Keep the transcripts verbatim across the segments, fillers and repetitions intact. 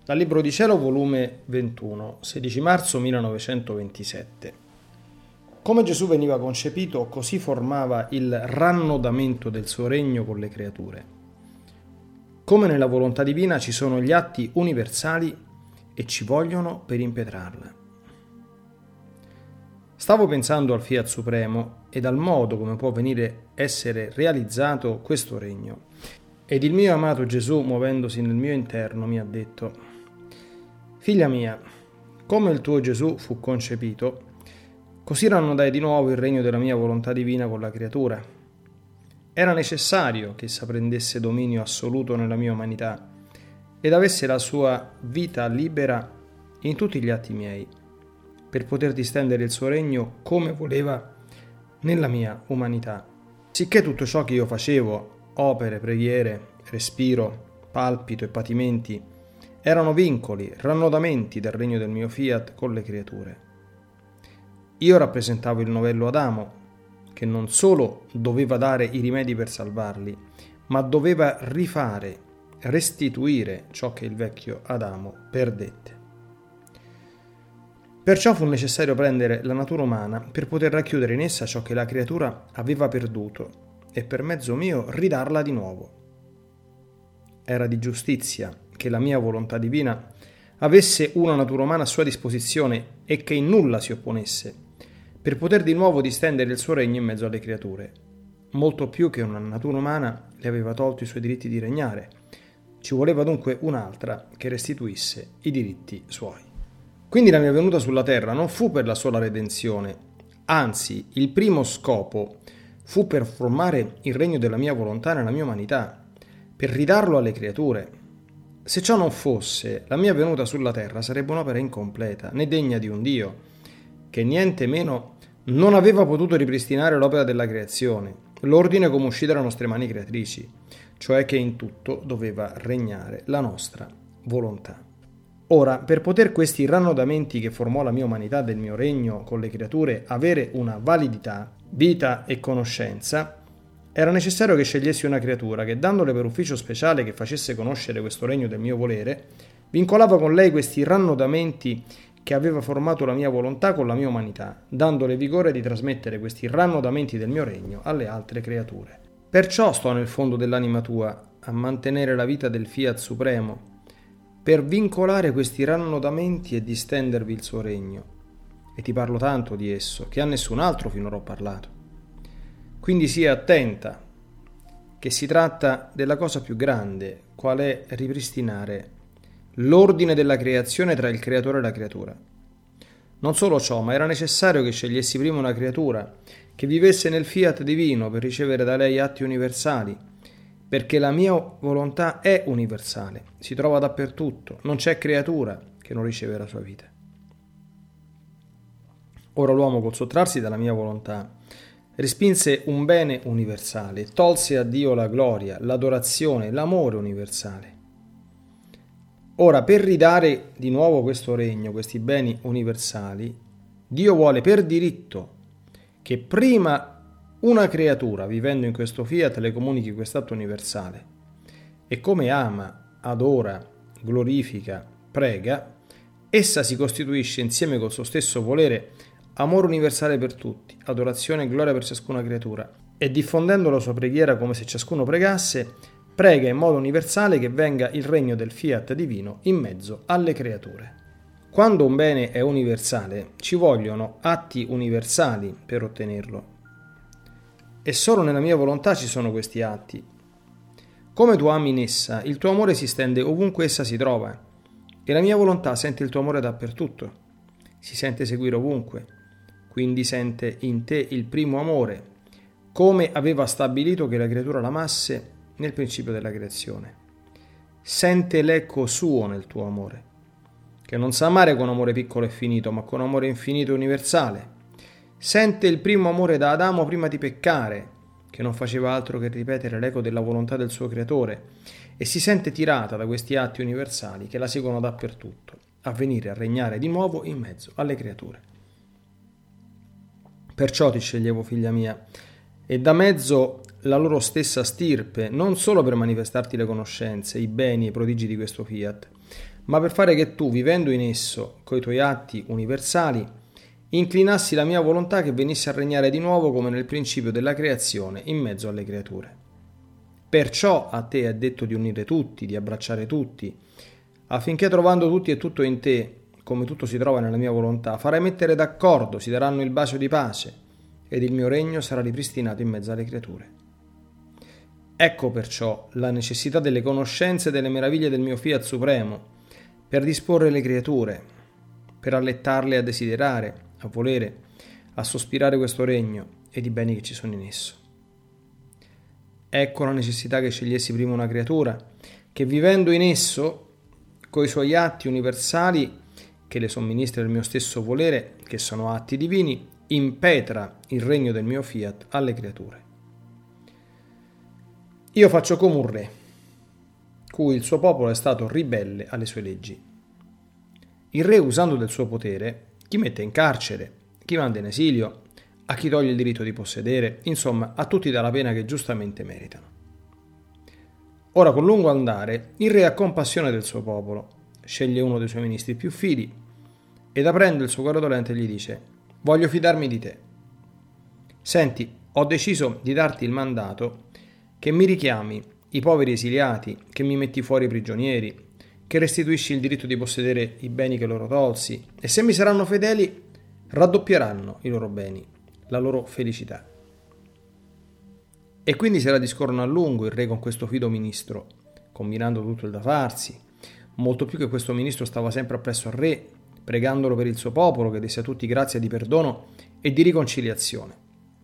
Dal Libro di Cielo, volume ventuno, sedici marzo millenovecentoventisette. Come Gesù veniva concepito, così formava il rannodamento del suo regno con le creature. Come nella volontà divina ci sono gli atti universali e ci vogliono per impetrarla. Stavo pensando al Fiat Supremo ed al modo come può venire essere realizzato questo regno. Ed il mio amato Gesù, muovendosi nel mio interno, mi ha detto: «Figlia mia, come il tuo Gesù fu concepito, così rannodai di nuovo il regno della mia volontà divina con la creatura. Era necessario che essa prendesse dominio assoluto nella mia umanità ed avesse la sua vita libera in tutti gli atti miei, per poter distendere il suo regno come voleva nella mia umanità. Sicché tutto ciò che io facevo, opere, preghiere, respiro, palpito e patimenti, erano vincoli, rannodamenti del regno del mio Fiat con le creature. Io rappresentavo il novello Adamo, che non solo doveva dare i rimedi per salvarli, ma doveva rifare, restituire ciò che il vecchio Adamo perdette. Perciò fu necessario prendere la natura umana per poter racchiudere in essa ciò che la creatura aveva perduto e per mezzo mio ridarla di nuovo. Era di giustizia che la mia volontà divina avesse una natura umana a sua disposizione e che in nulla si opponesse, per poter di nuovo distendere il suo regno in mezzo alle creature. Molto più che una natura umana le aveva tolto i suoi diritti di regnare. Ci voleva dunque un'altra che restituisse i diritti suoi. Quindi la mia venuta sulla terra non fu per la sola redenzione, anzi il primo scopo fu per formare il regno della mia volontà nella mia umanità, per ridarlo alle creature. Se ciò non fosse, la mia venuta sulla terra sarebbe un'opera incompleta, né degna di un Dio, che niente meno non aveva potuto ripristinare l'opera della creazione, l'ordine come uscì dalle nostre mani creatrici, cioè che in tutto doveva regnare la nostra volontà. Ora, per poter questi rannodamenti che formò la mia umanità del mio regno con le creature avere una validità, vita e conoscenza, era necessario che scegliessi una creatura che, dandole per ufficio speciale che facesse conoscere questo regno del mio volere, vincolava con lei questi rannodamenti che aveva formato la mia volontà con la mia umanità, dandole vigore di trasmettere questi rannodamenti del mio regno alle altre creature. Perciò sto nel fondo dell'anima tua a mantenere la vita del Fiat Supremo, per vincolare questi rannodamenti e distendervi il suo regno. E ti parlo tanto di esso, che a nessun altro finora ho parlato. Quindi sii attenta, che si tratta della cosa più grande, qual è ripristinare l'ordine della creazione tra il creatore e la creatura. Non solo ciò, ma era necessario che scegliessi prima una creatura che vivesse nel Fiat divino per ricevere da lei atti universali, perché la mia volontà è universale, si trova dappertutto, non c'è creatura che non riceve la sua vita. Ora l'uomo, col sottrarsi dalla mia volontà, respinse un bene universale, tolse a Dio la gloria, l'adorazione, l'amore universale. Ora, per ridare di nuovo questo regno, questi beni universali, Dio vuole per diritto che prima una creatura, vivendo in questo Fiat, le comunichi quest'atto universale e come ama, adora, glorifica, prega, essa si costituisce insieme col suo stesso volere amore universale per tutti, adorazione e gloria per ciascuna creatura, e diffondendo la sua preghiera come se ciascuno pregasse, prega in modo universale che venga il regno del Fiat divino in mezzo alle creature. Quando un bene è universale, ci vogliono atti universali per ottenerlo. E solo nella mia volontà ci sono questi atti. Come tu ami in essa, il tuo amore si stende ovunque essa si trova, e la mia volontà sente il tuo amore dappertutto, si sente seguire ovunque, quindi sente in te il primo amore, come aveva stabilito che la creatura l'amasse nel principio della creazione. Sente l'eco suo nel tuo amore, che non sa amare con amore piccolo e finito, ma con amore infinito e universale. Sente il primo amore da Adamo prima di peccare, che non faceva altro che ripetere l'eco della volontà del suo creatore, e si sente tirata da questi atti universali che la seguono dappertutto, a venire a regnare di nuovo in mezzo alle creature. Perciò ti sceglievo, figlia mia, e da mezzo la loro stessa stirpe, non solo per manifestarti le conoscenze, i beni e i prodigi di questo Fiat, ma per fare che tu, vivendo in esso, coi tuoi atti universali, inclinassi la mia volontà che venisse a regnare di nuovo come nel principio della creazione in mezzo alle creature. Perciò a te è detto di unire tutti, di abbracciare tutti, affinché trovando tutti e tutto in te, come tutto si trova nella mia volontà, farai mettere d'accordo, si daranno il bacio di pace, ed il mio regno sarà ripristinato in mezzo alle creature. Ecco perciò la necessità delle conoscenze e delle meraviglie del mio fiat supremo, per disporre le creature, per allettarle a desiderare, a volere, a sospirare questo regno ed i beni che ci sono in esso. Ecco la necessità che scegliessi prima una creatura, che vivendo in esso, coi suoi atti universali, che le somministra il mio stesso volere, che sono atti divini, impetra il regno del mio fiat alle creature. Io faccio come un re, cui il suo popolo è stato ribelle alle sue leggi. Il re, usando del suo potere, chi mette in carcere, chi manda in esilio, a chi toglie il diritto di possedere, insomma, a tutti dà la pena che giustamente meritano. Ora, con lungo andare, il re ha compassione del suo popolo, sceglie uno dei suoi ministri più fidi ed aprendo il suo cuore dolente gli dice: voglio fidarmi di te. Senti, ho deciso di darti il mandato che mi richiami i poveri esiliati, che mi metti fuori i prigionieri, che restituisci il diritto di possedere i beni che loro tolsi, e se mi saranno fedeli raddoppieranno i loro beni, la loro felicità. E quindi se la discorrono a lungo il re con questo fido ministro, combinando tutto il da farsi, molto più che questo ministro stava sempre appresso al re, pregandolo per il suo popolo che desse a tutti grazia di perdono e di riconciliazione.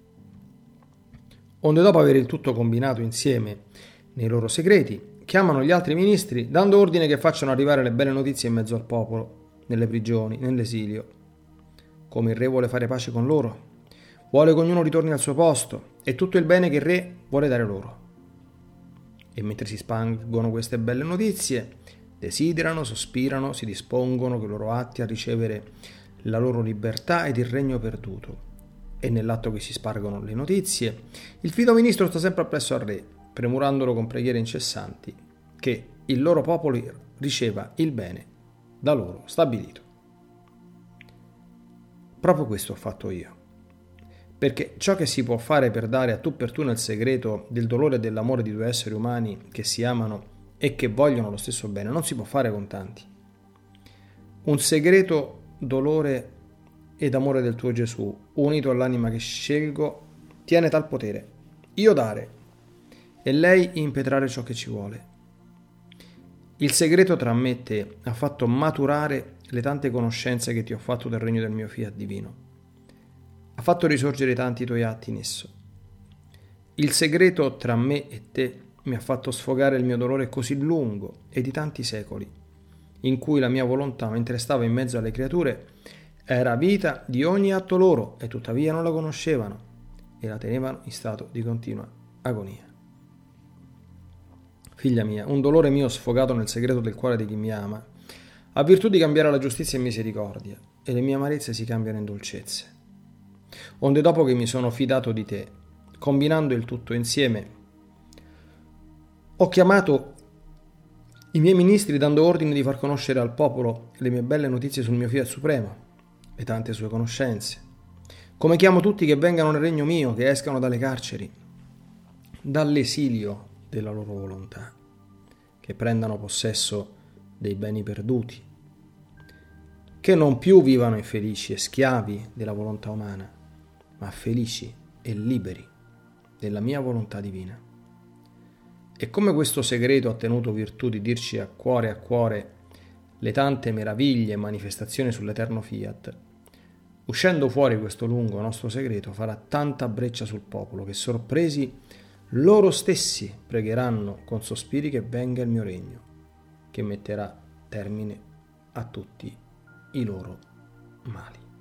Onde dopo aver il tutto combinato insieme nei loro segreti, chiamano gli altri ministri dando ordine che facciano arrivare le belle notizie in mezzo al popolo, nelle prigioni, nell'esilio. Come il re vuole fare pace con loro, vuole che ognuno ritorni al suo posto e tutto il bene che il re vuole dare loro. E mentre si spangono queste belle notizie, desiderano, sospirano, si dispongono con i loro atti a ricevere la loro libertà ed il regno perduto. E nell'atto che si spargono le notizie, il fido ministro sta sempre appresso al re, premurandolo con preghiere incessanti, che il loro popolo riceva il bene da loro stabilito. Proprio questo ho fatto io, perché ciò che si può fare per dare a tu per tu nel segreto del dolore e dell'amore di due esseri umani che si amano e che vogliono lo stesso bene, non si può fare con tanti. Un segreto dolore ed amore del tuo Gesù, unito all'anima che scelgo, tiene tal potere: io dare e lei impetrare ciò che ci vuole. Il segreto tra me e te ha fatto maturare le tante conoscenze che ti ho fatto del regno del mio fiat divino. Ha fatto risorgere tanti tuoi atti in esso. Il segreto tra me e te mi ha fatto sfogare il mio dolore così lungo e di tanti secoli, in cui la mia volontà, mentre stava in mezzo alle creature, era vita di ogni atto loro e tuttavia non la conoscevano e la tenevano in stato di continua agonia. Figlia mia, un dolore mio sfogato nel segreto del cuore di chi mi ama ha virtù di cambiare la giustizia in misericordia e le mie amarezze si cambiano in dolcezze. Onde dopo che mi sono fidato di te, combinando il tutto insieme, ho chiamato i miei ministri dando ordine di far conoscere al popolo le mie belle notizie sul mio fiat supremo, le tante sue conoscenze. Come chiamo tutti che vengano nel regno mio, che escano dalle carceri, dall'esilio della loro volontà, che prendano possesso dei beni perduti, che non più vivano infelici e schiavi della volontà umana, ma felici e liberi della mia volontà divina. E come questo segreto ha tenuto virtù di dirci a cuore a cuore le tante meraviglie e manifestazioni sull'eterno fiat, uscendo fuori questo lungo nostro segreto farà tanta breccia sul popolo che, sorpresi, loro stessi pregheranno con sospiri che venga il mio regno, che metterà termine a tutti i loro mali.